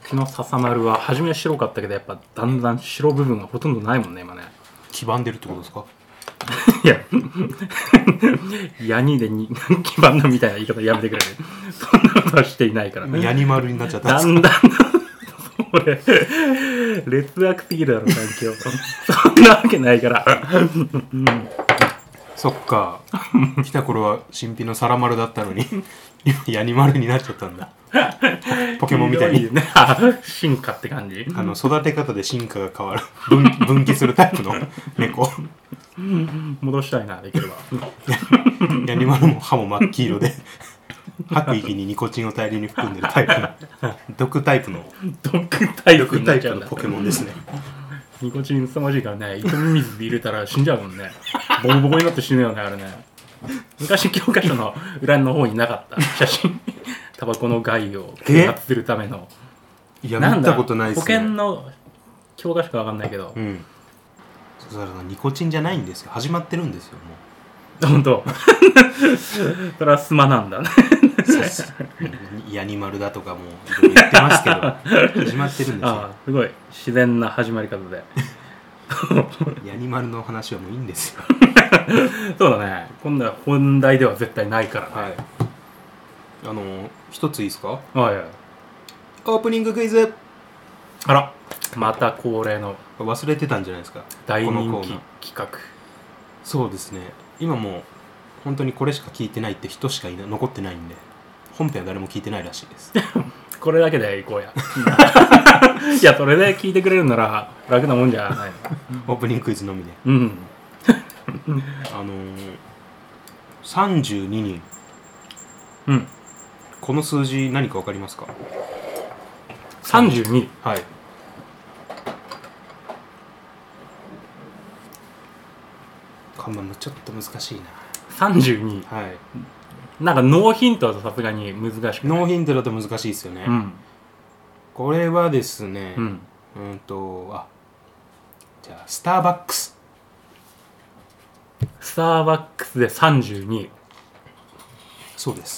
ピノ笹丸は初めは白かったけどやっぱだんだん白部分がほとんどないもんね今ね。 黄ばんでるってことですか？ いやヤニで黄ばんだみたいな言い方やめてくれる。そんなことはしていないからヤニ丸になっちゃったんですか？ だんだん俺劣悪すぎるだろ環境そんなわけないからそっか来た頃は新品のサラ丸だったのに今ヤニ丸になっちゃったんだ。ポケモンみたいにひどね進化って感じ。 育て方で進化が変わる分岐するタイプの猫。 戻したいなできればヤニ丸も歯も真っ黄色で吐く息にニコチンを大量に含んでるタイプの毒タイプの毒タイプになっちゃうんだ。 のポケモンですね。 ニコチン凄まじいからね、糸水で入れたら死んじゃうもんね。ボコボコになって死ぬよね、あれね。昔教科書の裏の方になかった写真。タバコの害を啓発するための。 いや、見たことないですね。 保険の教科書かわかんないけど。 うん。そしたらニコチンじゃないんですよ。始まってるんですよ、もう。 ほんと。それはスマなんだね。 ヤニマルだとかもいろいろ言ってますけど始まってるんですよ。 ああ、すごい自然な始まり方でヤニマルの話はもういいんですよ。 そうだね、今度は本題では絶対ないからね。 はい、一ついいですか？ はいはい。 オープニングクイズ。 あら、また恒例の忘れてたんじゃないですか、 大人このコーナー。 気企画。 そうですね、今もう本当にこれしか聞いてないって人しか残ってないんで、本編は誰も聞いてないらしいです。 これだけでいこうや。いや、それで聞いてくれるなら楽なもんじゃないの。 オープニングクイズのみで。 うん。 32人。 うん。 この数字何か分かりますか ？32。 はい。看板もちょっと難しいな。 32。 はい。 なんかノーヒントだとさすがに難しくない？ ノーヒントだと難しいですよね。 うん。 これはですね、 うん。 じゃあスターバックス。 スターバックスで32。 そうです。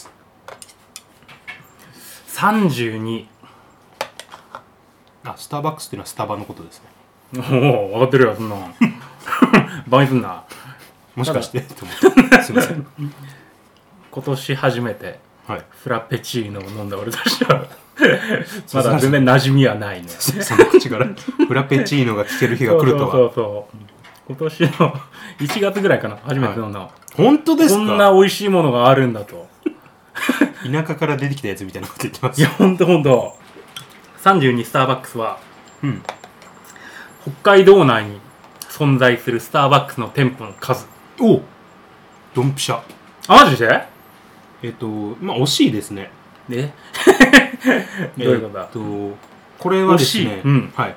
32。 スターバックスっていうのはスタバのことですね。 おお、分かってるよそんな。バカにすんな。 もしかしてと思ってすいません。 今年初めてはい。 フラペチーノを飲んだ俺としてはまだ全然馴染みはないね。 その口からフラペチーノが聞ける日が来るとは。 そう今年の1月ぐらいかな、初めて飲んだ、はい、 本当ですか？ こんな美味しいものがあるんだと。 田舎から出てきたやつみたいなこと言ってます。 いやほんと32スターバックスは、 うん、 北海道内に存在するスターバックスの店舗の数。 おっドンピシャ。 マジで？ まあ惜しいですね。 でどういうことだ？ これはですね、 惜しい、うん、 はい、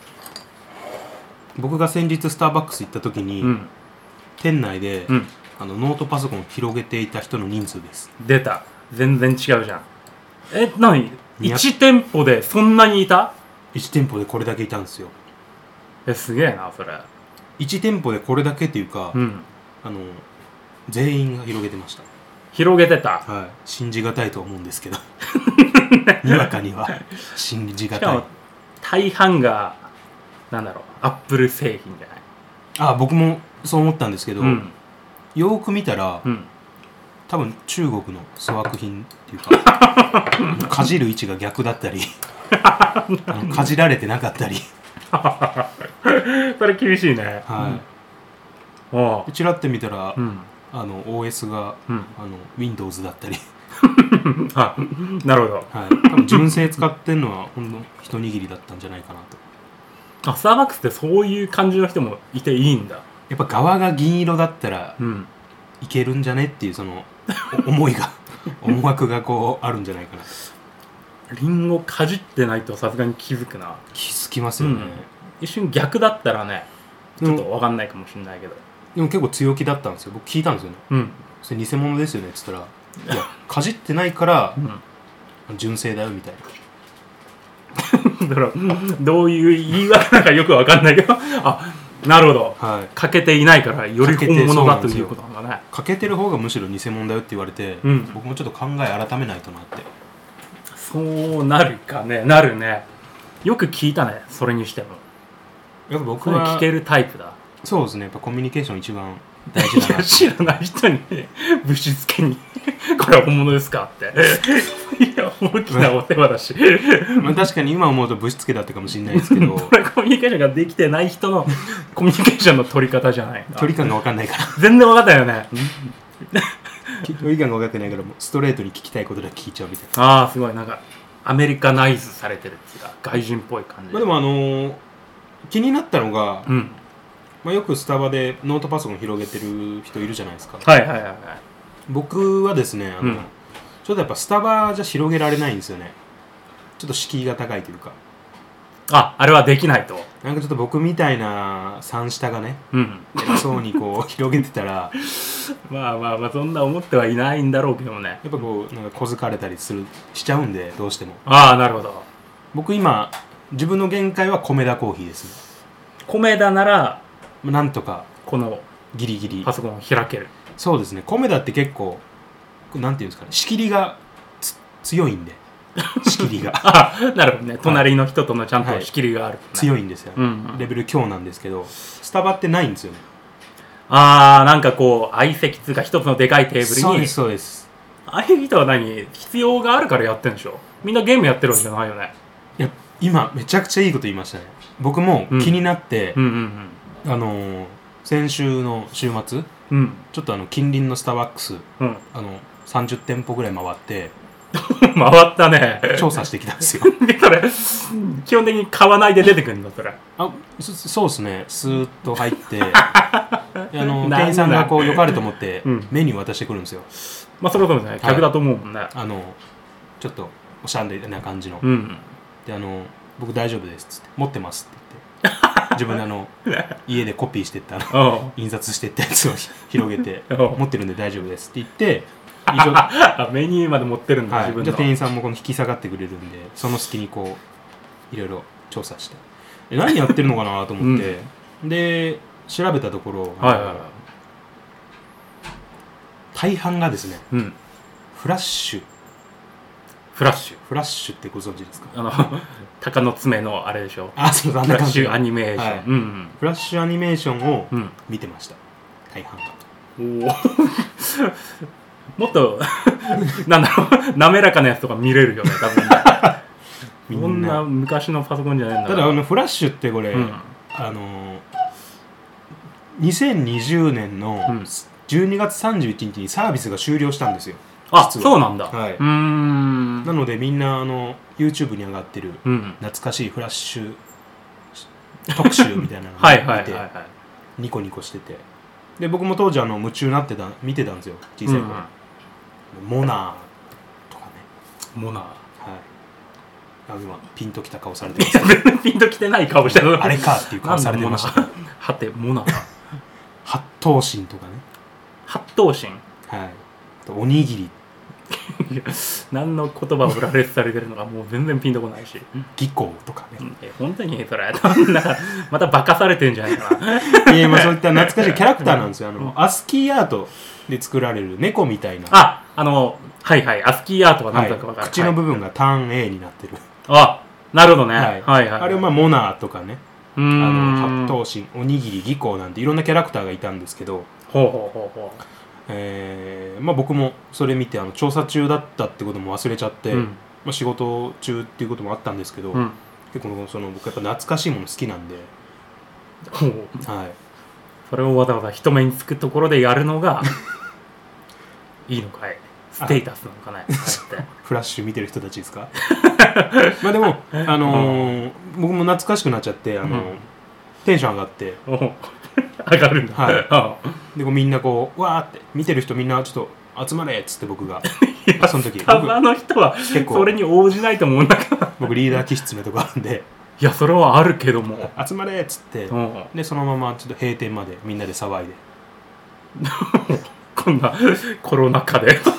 僕が先日スターバックス行った時に、うん、店内で、うん、ノートパソコンを広げていた人の人数です。 出た。全然違うじゃん。何？1店舗でそんなにいた ？1店舗でこれだけいたんですよ。 すげえなそれ。 1店舗でこれだけっていうか、うん、全員が広げてました。 広げてた。 はい。信じがたいと思うんですけどにわかには信じがたい。 大半がなんだろう、アップル製品じゃない？ 僕もそう思ったんですけど、うん、よーく見たら、うん、多分中国の粗悪品っていうかかじる位置が逆だったりかじられてなかったりそれ厳しいね。 はい。ちらって見たら、うん、OS が、うん、Windows だったりあ、なるほど、 はい、多分純正使ってんのはほんの一握りだったんじゃないかなと。 スターバックスってそういう感じの人もいていいんだ。 やっぱ側が銀色だったら、うん、いけるんじゃねっていうその思いが思惑がこうあるんじゃないかな。 リンゴかじってないとさすがに気づくな。 気づきますよね、うん、 一瞬逆だったらねちょっと分かんないかもしれないけど、 でも結構強気だったんですよ。僕聞いたんですよね、うん、それ偽物ですよねっつったらいやかじってないから、うん、純正だよみたいなだからどういう言い訳なんかよく分かんないけどなるほど、はい、欠けていないからより本物だということなんだね。 欠けてる方がむしろ偽物だよって言われて、僕もちょっと考え改めないとなって。 そうなるかね。なるね。 よく聞いたね、それにしても。 やっぱ僕は聞けるタイプだ。 そうですね、やっぱコミュニケーション一番大事だな。 知らない人にぶしつけにこれは本物ですかっていや大きなお世話だしまあ確かに今思うとぶしつけだったかもしれないですけどこれコミュニケーションができてない人のコミュニケーションの取り方じゃない距離感が分かんないから全然分かったよね距離感が分かってないからもうストレートに聞きたいことだけ聞いちゃうみたいな。 ああすごいなんかアメリカナイズされてるっていうか外人っぽい感じまあ、でも気になったのが、 うんまあ、よくスタバでノートパソコン広げてる人いるじゃないですか。 はいはいはいはい僕はですねうんちょっとやっぱスタバじゃ広げられないんですよね。ちょっと敷居が高いというかあれはできないとなんかちょっと僕みたいな三下がねうん偉そうにこう広げてたらまあそんな思ってはいないんだろうけどもねやっぱこうなんか小づかれたりしちゃうんでどうしてもああなるほど僕今自分の限界は米田コーヒーですね。 米田ならなんとかこのギリギリパソコンを開けるそうですね。米田って結構なんていうんですかね仕切りが強いんで仕切りがあなるほどね隣の人とのちゃんと仕切りがある、ね強いんですよ、 うんレベル強なんですけどスタバってないんですよね。 なんかこう相席っていうか一つのでかいテーブルにそうですそうです。 ああいう人は何必要があるからやってるんでしょ。みんなゲームやってるわけじゃないよね。 いや今めちゃくちゃいいこと言いましたね。僕も気になって、先週の週末、ちょっと近隣のスターバックス、30店舗ぐらい回って回ったね調査してきたんですよでそれ基本的に買わないで出てくるのそれそうですね。スーッと入って店員さんがこう良かれと思って、メニュー渡してくるんですよ。 まあそれこそね客だと思うもんね、 ちょっとおしゃれな感じの、で僕大丈夫ですっつって持ってますって言って自分で家でコピーしてった印刷してったやつを広げて持ってるんで大丈夫ですって言ってメニューまで持ってるんだ、自分のじゃあ店員さんもこの引き下がってくれるんでその隙にこういろいろ調査して何やってるのかなと思って、で調べたところ、大半がですね、フラッシュってご存知ですか？ 鷹の爪のあれでしょ。 そうだ、 フラッシュアニメーション、 フラッシュアニメーションを見てました、大半が。 もっとなんだろう滑らかなやつとか見れるよね多分ねこんな昔のパソコンじゃないんだから。ただフラッシュってこれ、2020年の12月31日にサービスが終了したんですよ。 そうなんだ。 なのでみんなYouTube に上がってる懐かしいフラッシュ特集みたいなのを見てニコニコしてて、で僕も当時夢中になって見てたんですよ小さい頃。モナーとかね。 モナー、 今ピンときた顔されてますけどピンときてない顔してるあれかっていう顔されてましたはてモナー八頭身とかね。 八頭身、 おにぎり何の言葉を羅列されてるのかもう全然ピンとこないし技巧とかね。 本当にそれまた化かされてんじゃないかなそういった懐かしいキャラクターなんですよ。アスキーアートで作られる猫みたいなアスキーアートは何だか分かる、 口の部分がターン A になってる。 なるほどね、あれはモナーとかね八頭身おにぎり技巧なんていろんなキャラクターがいたんですけど、僕もそれ見て調査中だったってことも忘れちゃって、仕事中っていうこともあったんですけど、結構僕やっぱ懐かしいもの好きなんで、 それをわざわざ人目につくところでやるのがいいのかい、ステータスなのかねフラッシュ見てる人たちですかでも僕も懐かしくなっちゃってテンション上がって上がるんだ、 でみんなこうわーって見てる人みんなちょっと集まれっつって僕がその時スタバの人はそれに応じないと思うんだから僕リーダー気質なとこあるんでいやそれはあるけども集まれっつって、でそのままちょっと閉店までみんなで騒いでこんなコロナ禍でこ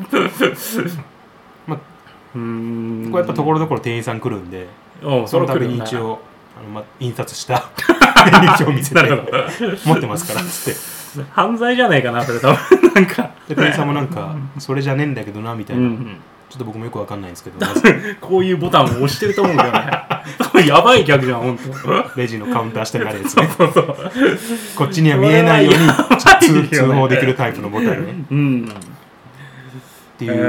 うやっぱところどころ店員さん来るんでそのために一応印刷したメニュー表を見せて持ってますからっつって犯罪じゃないかなそれ多分なんかで店員さんもなんかそれじゃねえんだけどなみたいな、 ちょっと僕もよくわかんないんですけどまずこういうボタンを押してると思うんだよねやばいギャグじゃんほんとレジのカウンター下にあるやつねそうそうこっちには見えないように通報できるタイプのボタンね、っていう、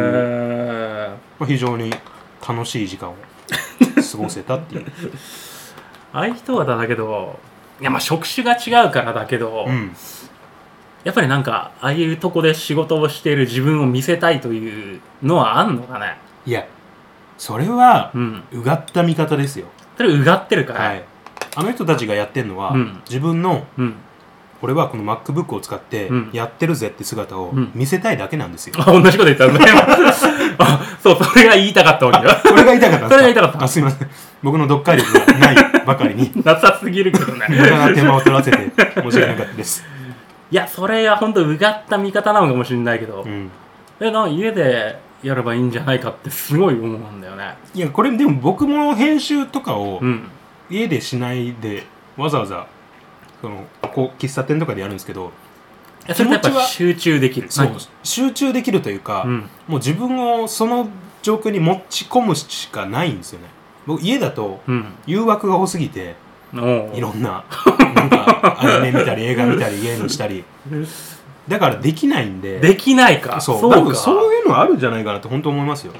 非常に楽しい時間を過ごせたっていうああいう人はだけどいやまあ職種が違うからだけど、やっぱりなんかああいうとこで仕事をしている自分を見せたいというのはあんのかね。 いやそれは、うがった見方ですよ。 それうがってるから、 はい、あの人たちがやってるのは、自分の、俺はこの MacBook を使ってやってるぜって姿を見せたいだけなんですよ。 同じこと言ったんだよそう、それが言いたかったわけだ。 これが言いたかったんですか。 それが言いたかった。 すいません、僕の読解力がないばかりになさすぎるけどね無駄な手間を取らせて申し訳なかったです。 いやそれが本当うがった見方なのかもしれないけど、なんか家でやればいいんじゃないかってすごい思うんだよね。 いやこれでも僕も編集とかを家でしないでわざわざそのこう喫茶店とかでやるんですけど、 それってやっぱ集中できる。 そう集中できるというか、もう自分をその状況に持ち込むしかないんですよね。僕家だと誘惑が多すぎて、いろんななんかアニメ見たり映画見たりゲームしたりだからできないんで。 できないか。 そうか。そういうのあるんじゃないかなって本当思いますよ。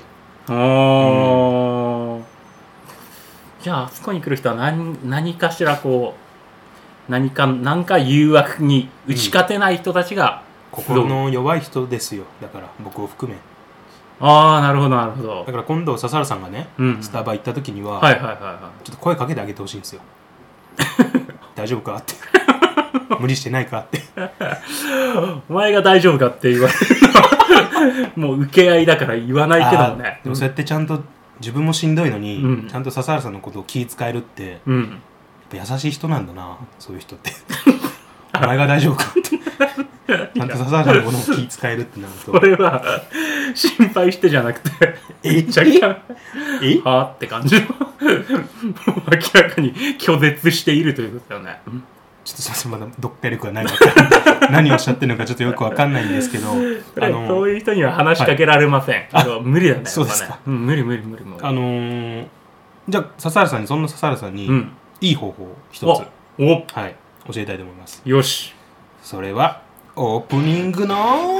じゃああそこに来る人は何かしらこう何か誘惑に打ち勝てない人たちが、 心の弱い人ですよ。だから僕を含め。 ああなるほどなるほど。 だから今度笹原さんがね、スタバ行った時には、ちょっと声かけてあげてほしいんですよ大丈夫かって無理してないかってお前が大丈夫かって言われるのもう受け合いだから言わないけどね。 でもそうやってちゃんと自分もしんどいのに、ちゃんと笹原さんのことを気遣えるって、やっぱ優しい人なんだなそういう人ってお前が大丈夫かってちゃんと笹原さんのことも気遣えるってなるとこれは心配してじゃなくて若干はあって感じのもう明らかに拒絶しているということだよね。 ちょっとすいませんまだ読解力がないのか何をおっしゃってるのかちょっとよくわかんないんですけどそういう人には話しかけられません、無理だね。 そうですか、 無理もうじゃあ笹原さんにそんな笹原さんに、いい方法を一つ教えたいと思います。 よし、 それはオープニングの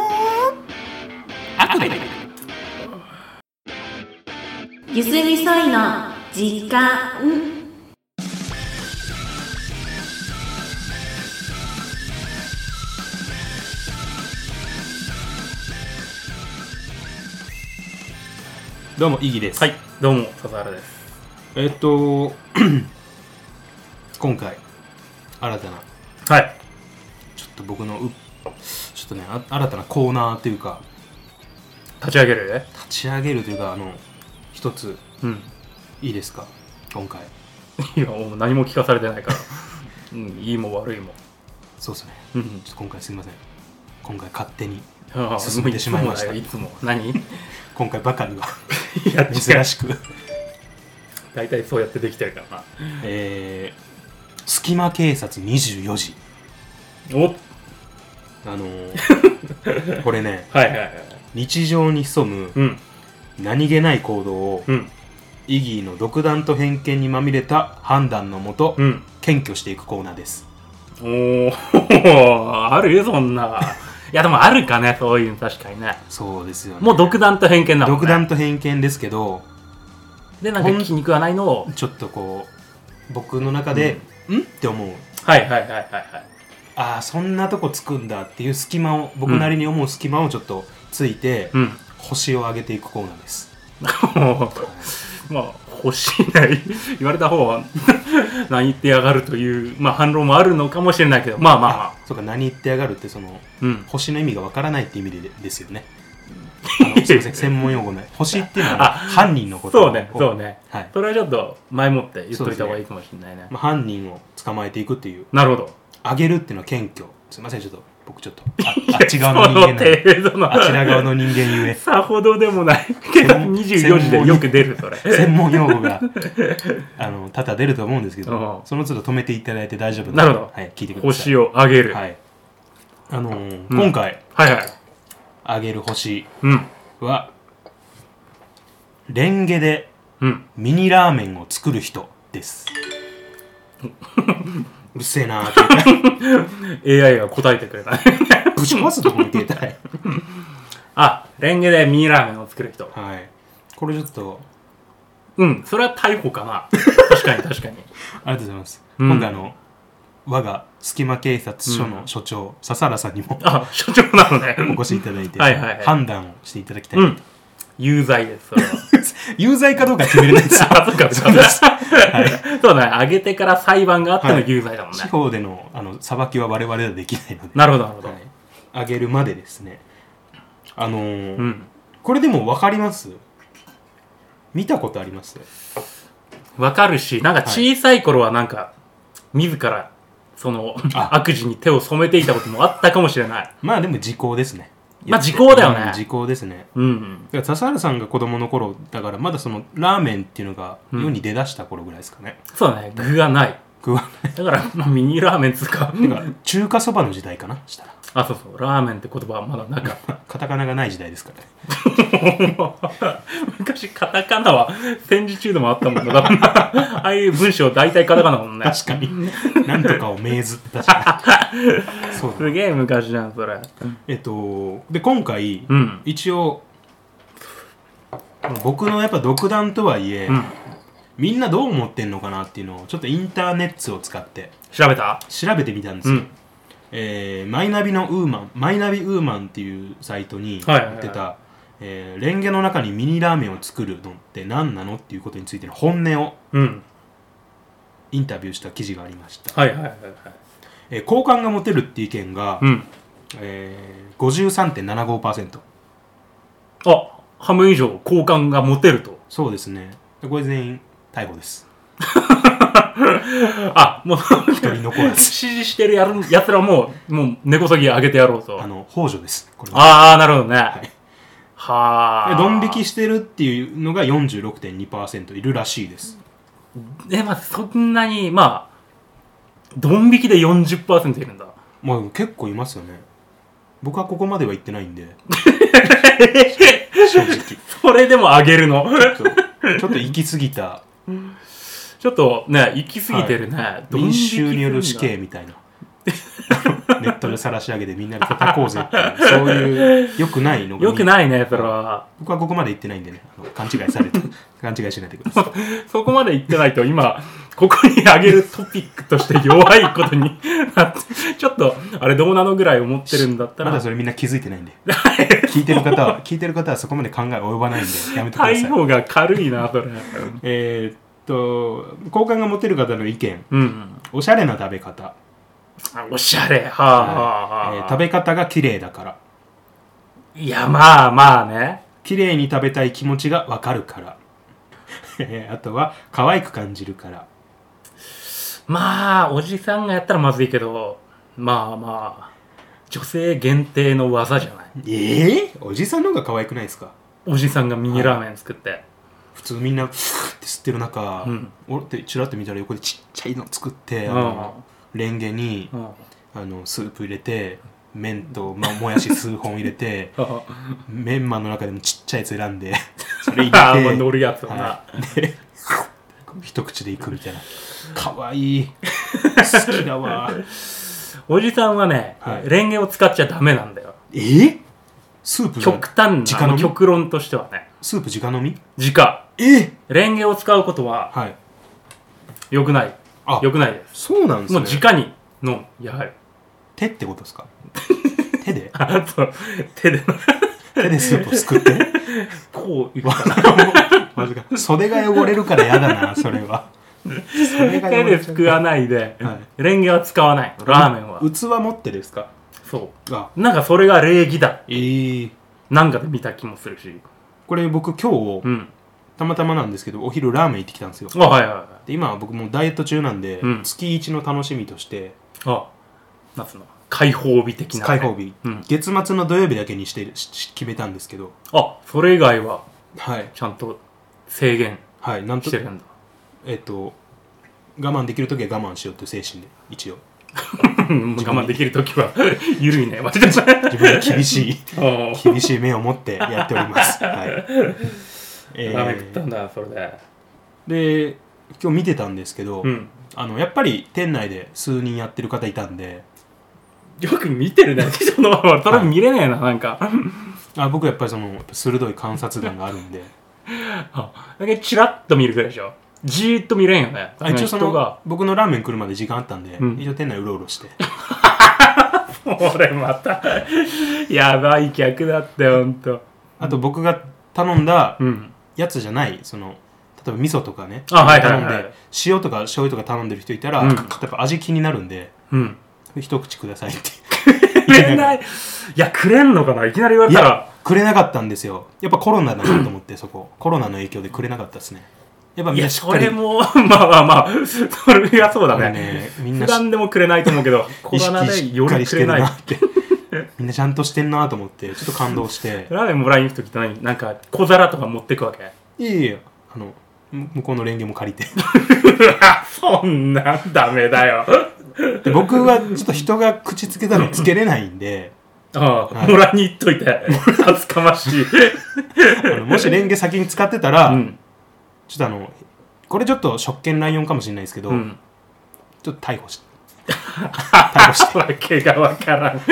後でゆすりそいの時間。 どうもイギです。 はい、どうも笹原です。 今回新たなちょっと僕のちょっとね新たなコーナーというか立ち上げるというか一つ、いいですか今回。 いやもう何も聞かされてないからいいも悪いも。 そうですね、ちょっと今回すみません、今回勝手に進めてしまいました。 いつも何今回ばかりはいや珍しく大体そうやってできてるからな。 隙間警察24時。これね、日常に潜む、何気ない行動を、イギーの独断と偏見にまみれた判断のもと、検挙していくコーナーです。 あるよそんな。いやでもあるかね、そういうの。確かにね。 そうですよね。 もう独断と偏見だもんね。 独断と偏見ですけど、 でなんか気に食わないのをちょっとこう僕の中で、って思う。ああそんなとこつくんだっていう隙間を、僕なりに思う隙間をちょっとついて、星を上げていくコーナーです。 まあ星ね言われた方は何言ってやがるという、反論もあるのかもしれないけど、 そうか、何言ってやがるってその、星の意味がわからないって意味ですよね。すいません、専門用語ね。星っていうのは犯人のことを。 そうね、それはちょっと前もって言っといた方がいいかもしれないね。 犯人を捕まえていくっていう。 なるほど。 上げるっていうのは検挙。すいません、ちょっと僕ちょっとあっち側の人間なんあちら側の人間ゆえさほどでもないけど24時でよく出るそれ専門用語が多々出ると思うんですけど、その都度止めていただいて大丈夫なので、 なるほど、 聞いてください。 星を上げる、 今回、上げる星は、 レンゲでうんミニラーメンを作る人です。うるせえなーって AI が答えてくれたね。 ぶち壊すとこの携帯。 あ、レンゲでミニラーメンを作る人。 はい。これちょっとそれは逮捕かな。確かに確かに。 ありがとうございます。 うん今回我が隙間警察署の署長、笹原さんにもあ、所長なのね。 お越しいただいてはいはいはい判断をしていただきたい、 有罪です。それは有罪かどうか決めれないですよ。 あ、そうか、そうだ。そうだね。上げてから裁判があっての有罪だもんね。 司法での裁きは我々ではできないので。 なるほどなるほど。 上げるまでですね。これでも分かります？見たことあります？ わかるし、なんか小さい頃はなんか自らその悪事に手を染めていたこともあったかもしれない。 まあでも時効ですね。 まあ時効だよね。 時効ですね。 だから笹原さんが子供の頃だからまだそのラーメンっていうのが世に出だした頃ぐらいですかね。 そうだね。具がない。 具はね。 だから、まあ、ミニラーメンつうか。 中華そばの時代かなしたら。 あ、そうそう。ラーメンって言葉はまだなかった。 カタカナがない時代ですからね。 昔カタカナは戦時中でもあったもんね。だからああいう文章大体カタカナだもんね。 確かに。なんとかを命ず確かに。そうすげえ昔じゃんそれ。 で今回、一応僕のやっぱ独断とはいえ、みんなどう思ってんのかなっていうのをちょっとインターネットを使って調べてみたんですよ。マイナビウーマンっていうサイトに言ってた、レンゲの中にミニラーメンを作るのって何なのっていうことについての本音をインタビューした記事がありました。好感が持てるっていう意見が、53.75%。 あ、半分以上好感が持てると。 そうですね。これ全員逮捕です。 あ、もう一人残らず支持してるやつらもう根こそぎ上げてやろうと。 幇助です。これああ、なるほどね。はあ。 ドン引きしてるっていうのが 46.2% いるらしいです。 まあそんなにドン引きで 40% いるんだ。 まあ結構いますよね。僕はここまでは行ってないんで正直それでも上げるのちょっと行き過ぎたちょっとね行き過ぎてるね、 民衆による死刑みたいなネットで晒し上げてみんなで叩こうぜっていうそういう良くないのが良くないねそれは。 僕はここまで行ってないんでね勘違いしないでくださいそこまで行ってないと今ここに上げるトピックとして弱いことになってちょっとあれどうなのぐらい思ってるんだったらまだそれみんな気づいてないんで聞いてる方はそこまで考え及ばないんでやめてください。 逮捕が軽いなそれ好感が持てる方の意見、おしゃれな食べ方。 おしゃれ食べ方が綺麗だから。 いやまあね綺麗に食べたい気持ちがわかるからあとは可愛く感じるから。 まあおじさんがやったらまずいけどまあ女性限定の技じゃない。 おじさんの方が可愛くないですか？ おじさんがミニラーメン作って、 普通みんなって吸ってる中、俺ってチラッと見たら横でちっちゃいの作って、レンゲに、スープ入れて麺と、もやし数本入れてメンマの中でもちっちゃいやつ選んでそれ入れて乗るやつをな、 で一口でいくみたいな。かわいい好きだわおじさんはね、レンゲを使っちゃダメなんだよ。 スープ極端な極論としてはね。 スープ直飲み？ 直。レンゲを使うことは良くない。良くないです。 そうなんですね。 もう直にのやはり手ってことですか？手で？ あと手でスープをすくってこうマジか。袖が汚れるからやだなそれは。 手ですくわないで、レンゲは使わない。ラーメンは器持ってですか？ そうなんかそれが礼儀だなんかで見た気もするし。 これ僕今日、たまたまなんですけどお昼ラーメン行ってきたんですよ。で今僕もうダイエット中なんで、月1の楽しみとして夏の開放日的な、 開放日、月末の土曜日だけにして決めたんですけど、 それ以外はちゃんと制限してるんだ。 我慢できるときは我慢しようという精神で一応我慢できるときは緩いね自分に厳しい目を持ってやっております。 ラーメン食ったんだそれで。 で今日見てたんですけど、 うん、 やっぱり店内で数人やってる方いたんで。 よく見てるね。それ見れねえな、なんか。 僕やっぱり鋭い観察眼があるんでだけチラッと見るくらいでしょ。じーっと見れんよね。 一応僕のラーメン来るまで時間あったんで、一応店内うろうろして俺またやばい客だってほんと。 あと僕が頼んだやつじゃない、例えば味噌とかね、 頼んで塩とか醤油とか頼んでる人いたら、やっぱ味気になるんで、一口くださいってくれない。いやくれんのかな、いきなり言われたら。 くれなかったんですよ。やっぱコロナだなと思ってコロナの影響でくれなかったですね。やっぱみんなしっかり。 いやそれもまあそれがそうだね。みんな普段でもくれないと思うけどコロナでよりくれないってみんなちゃんとしてんなと思ってちょっと感動してラーメンもらいに行く時ってなんか小皿とか持ってくわけ？ いや向こうのレンゲも借りてそんなんダメだよ。 で僕はちょっと人が口つけたのつけれないんでもらいに行っといて恥ずかましいもしレンゲ先に使ってたら、ちょっとこれちょっと職権乱用かもしれないですけど、ちょっと逮捕してわけがわからんちょっと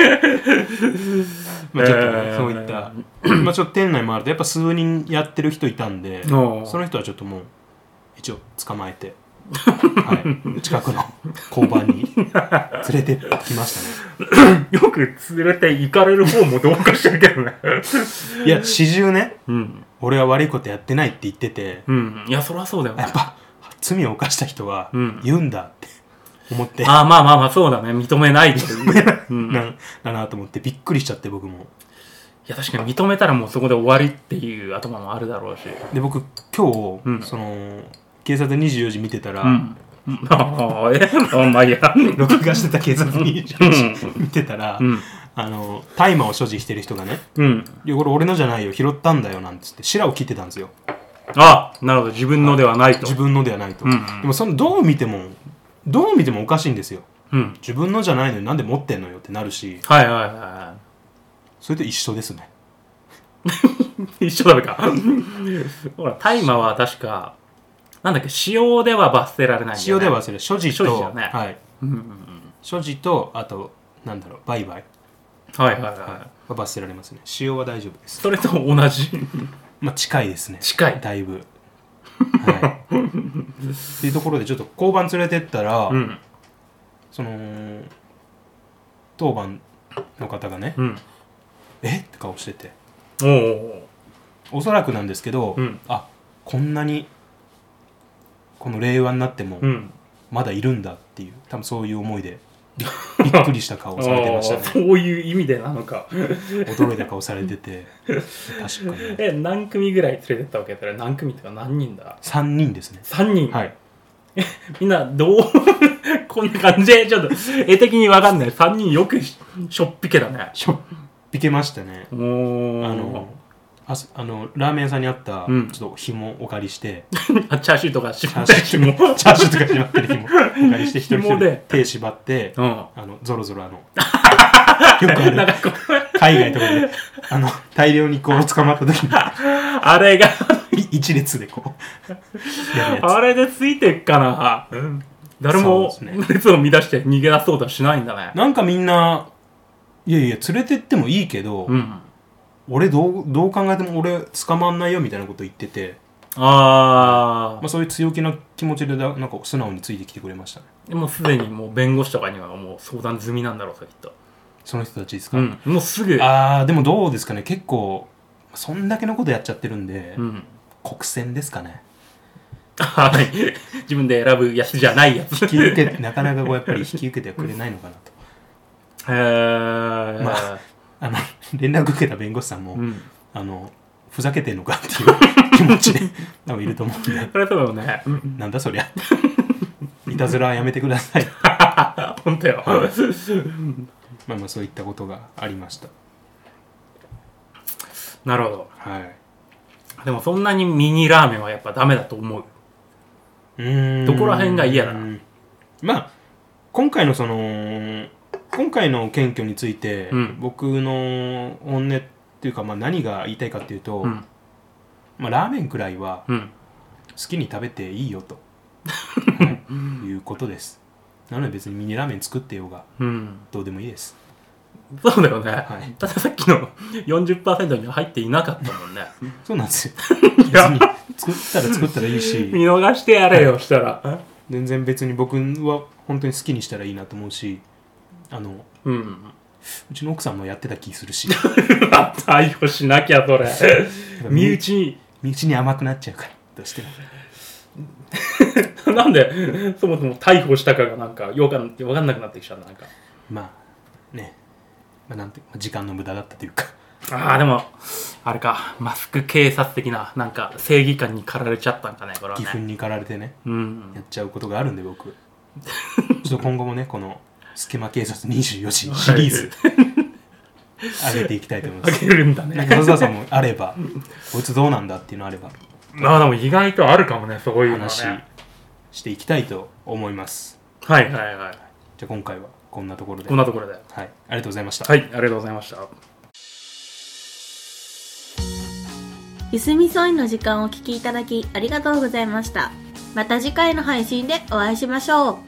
そういったちょっと店内回るとやっぱ数人やってる人いたんで、その人はちょっともう一応捕まえて近くの交番に連れてきましたねよく連れて行かれる方もどうかしてるけどねいや始終ね、俺は悪いことやってないって言ってて、 いやそりゃそうだよね。 やっぱ罪を犯した人は言うんだって思って、 まあそうだね、認めないってだなと思ってびっくりしちゃって僕も。 いや確かに認めたらもうそこで終わりっていう頭もあるだろうし。で僕今日、警察24時見てたら、 まあいや録画してた警察24時見てたら、大麻を所持してる人がね、いやこれ俺のじゃないよ拾ったんだよなんつってシラを切ってたんですよ。 なるほど、自分のではないと。 自分のではないと、でもどう見てもおかしいんですよ、自分のじゃないのになんで持ってんのよってなるし、それと一緒ですね一緒だべかほら大麻は確かなんだっけ、使用では罰せられないん使用では罰せられない、所持と、 ね、 所持とあとなんだろう売買は罰せられますね。使用は大丈夫です。 それと同じ近いですね。 近いだいぶっていうところでちょっと交番連れてったら、当番の方がね、えって顔してて、おそらくなんですけど、こんなにこの令和になってもまだいるんだっていう、多分そういう思いでびっくりした顔をされてましたねそういう意味でなのか驚いた顔されてて確かに何組ぐらい連れてったわけだったら、何組ってか何人だ ？3人ですね。 3人。 はい。 みんなどうこんな感じでちょっと絵的に分かんない。3人よくしょっぴけだね。 しょっぴけましたね。ラーメン屋さんにあった、ちょっと紐お借りしてチャーシューとか縛ってる紐チャーシューとか縛ってる紐お借りして一人一人手縛って、ゾロゾロよくある海外とかで大量にこう捕まった時にあれが一列でこうやるやつ、 あれでついてっかな。誰も列を乱して逃げ出そうとはしないんだね。 なんかみんないや連れてってもいいけど、俺どう考えても俺捕まんないよみたいなこと言ってて、そういう強気な気持ちでなんか素直についてきてくれましたね。 でもすでにもう弁護士とかにはもう相談済みなんだろう、きっと。 その人たちですか？ もうすぐ。 でもどうですかね、結構そんだけのことやっちゃってるんで、国選ですかね。 自分で選ぶやつじゃないやつなかなかやっぱり引き受けてはくれないのかなと。連絡受けた弁護士さんも、ふざけてんのかっていう気持ちで多分いると思うんでそれそうだよね。 なんだそりゃいたずらはやめてください本当よそういったことがありました。 なるほど。でもそんなにミニラーメンはやっぱダメだと思う。どこら辺が嫌だな。 今回の検挙について、僕の本音っていうか、何が言いたいかっていうと、 まあ、ラーメンくらいは好きに食べていいよと、はい、いうことです。なので別にミニラーメン作ってようがどうでもいいです。 そうだよね、 はい、 たださっきの 40% には入っていなかったもんねそうなんですよ別に作ったらいいし見逃してやれよ、はい、したら全然別に僕は本当に好きにしたらいいなと思うし、うちの奥さんもやってた気するし逮捕しなきゃそれ身内に甘くなっちゃうからどうしてもなんでそもそも逮捕したかがなんか分かんなくなってきちゃう。なんかまあね、なんて時間の無駄だったというかでもあれか、マスク警察的ななんか正義感に駆られちゃったんかね、これはね。 義憤に駆られてね、やっちゃうことがあるんで僕ちょっと今後もねこのスケマ警察24時シリーズ上げていきたいと思います。 上げるんだね。 野沢さんもあればこいつどうなんだっていうのあればでも意外とあるかもね、そういうのね、 話していきたいと思います。 はい。じゃあ今回はこんなところで。 はい、 ありがとうございました。 はい、ありがとうございました。 ゆすみそいの時間をお聞きいただきありがとうございました。また次回の配信でお会いしましょう。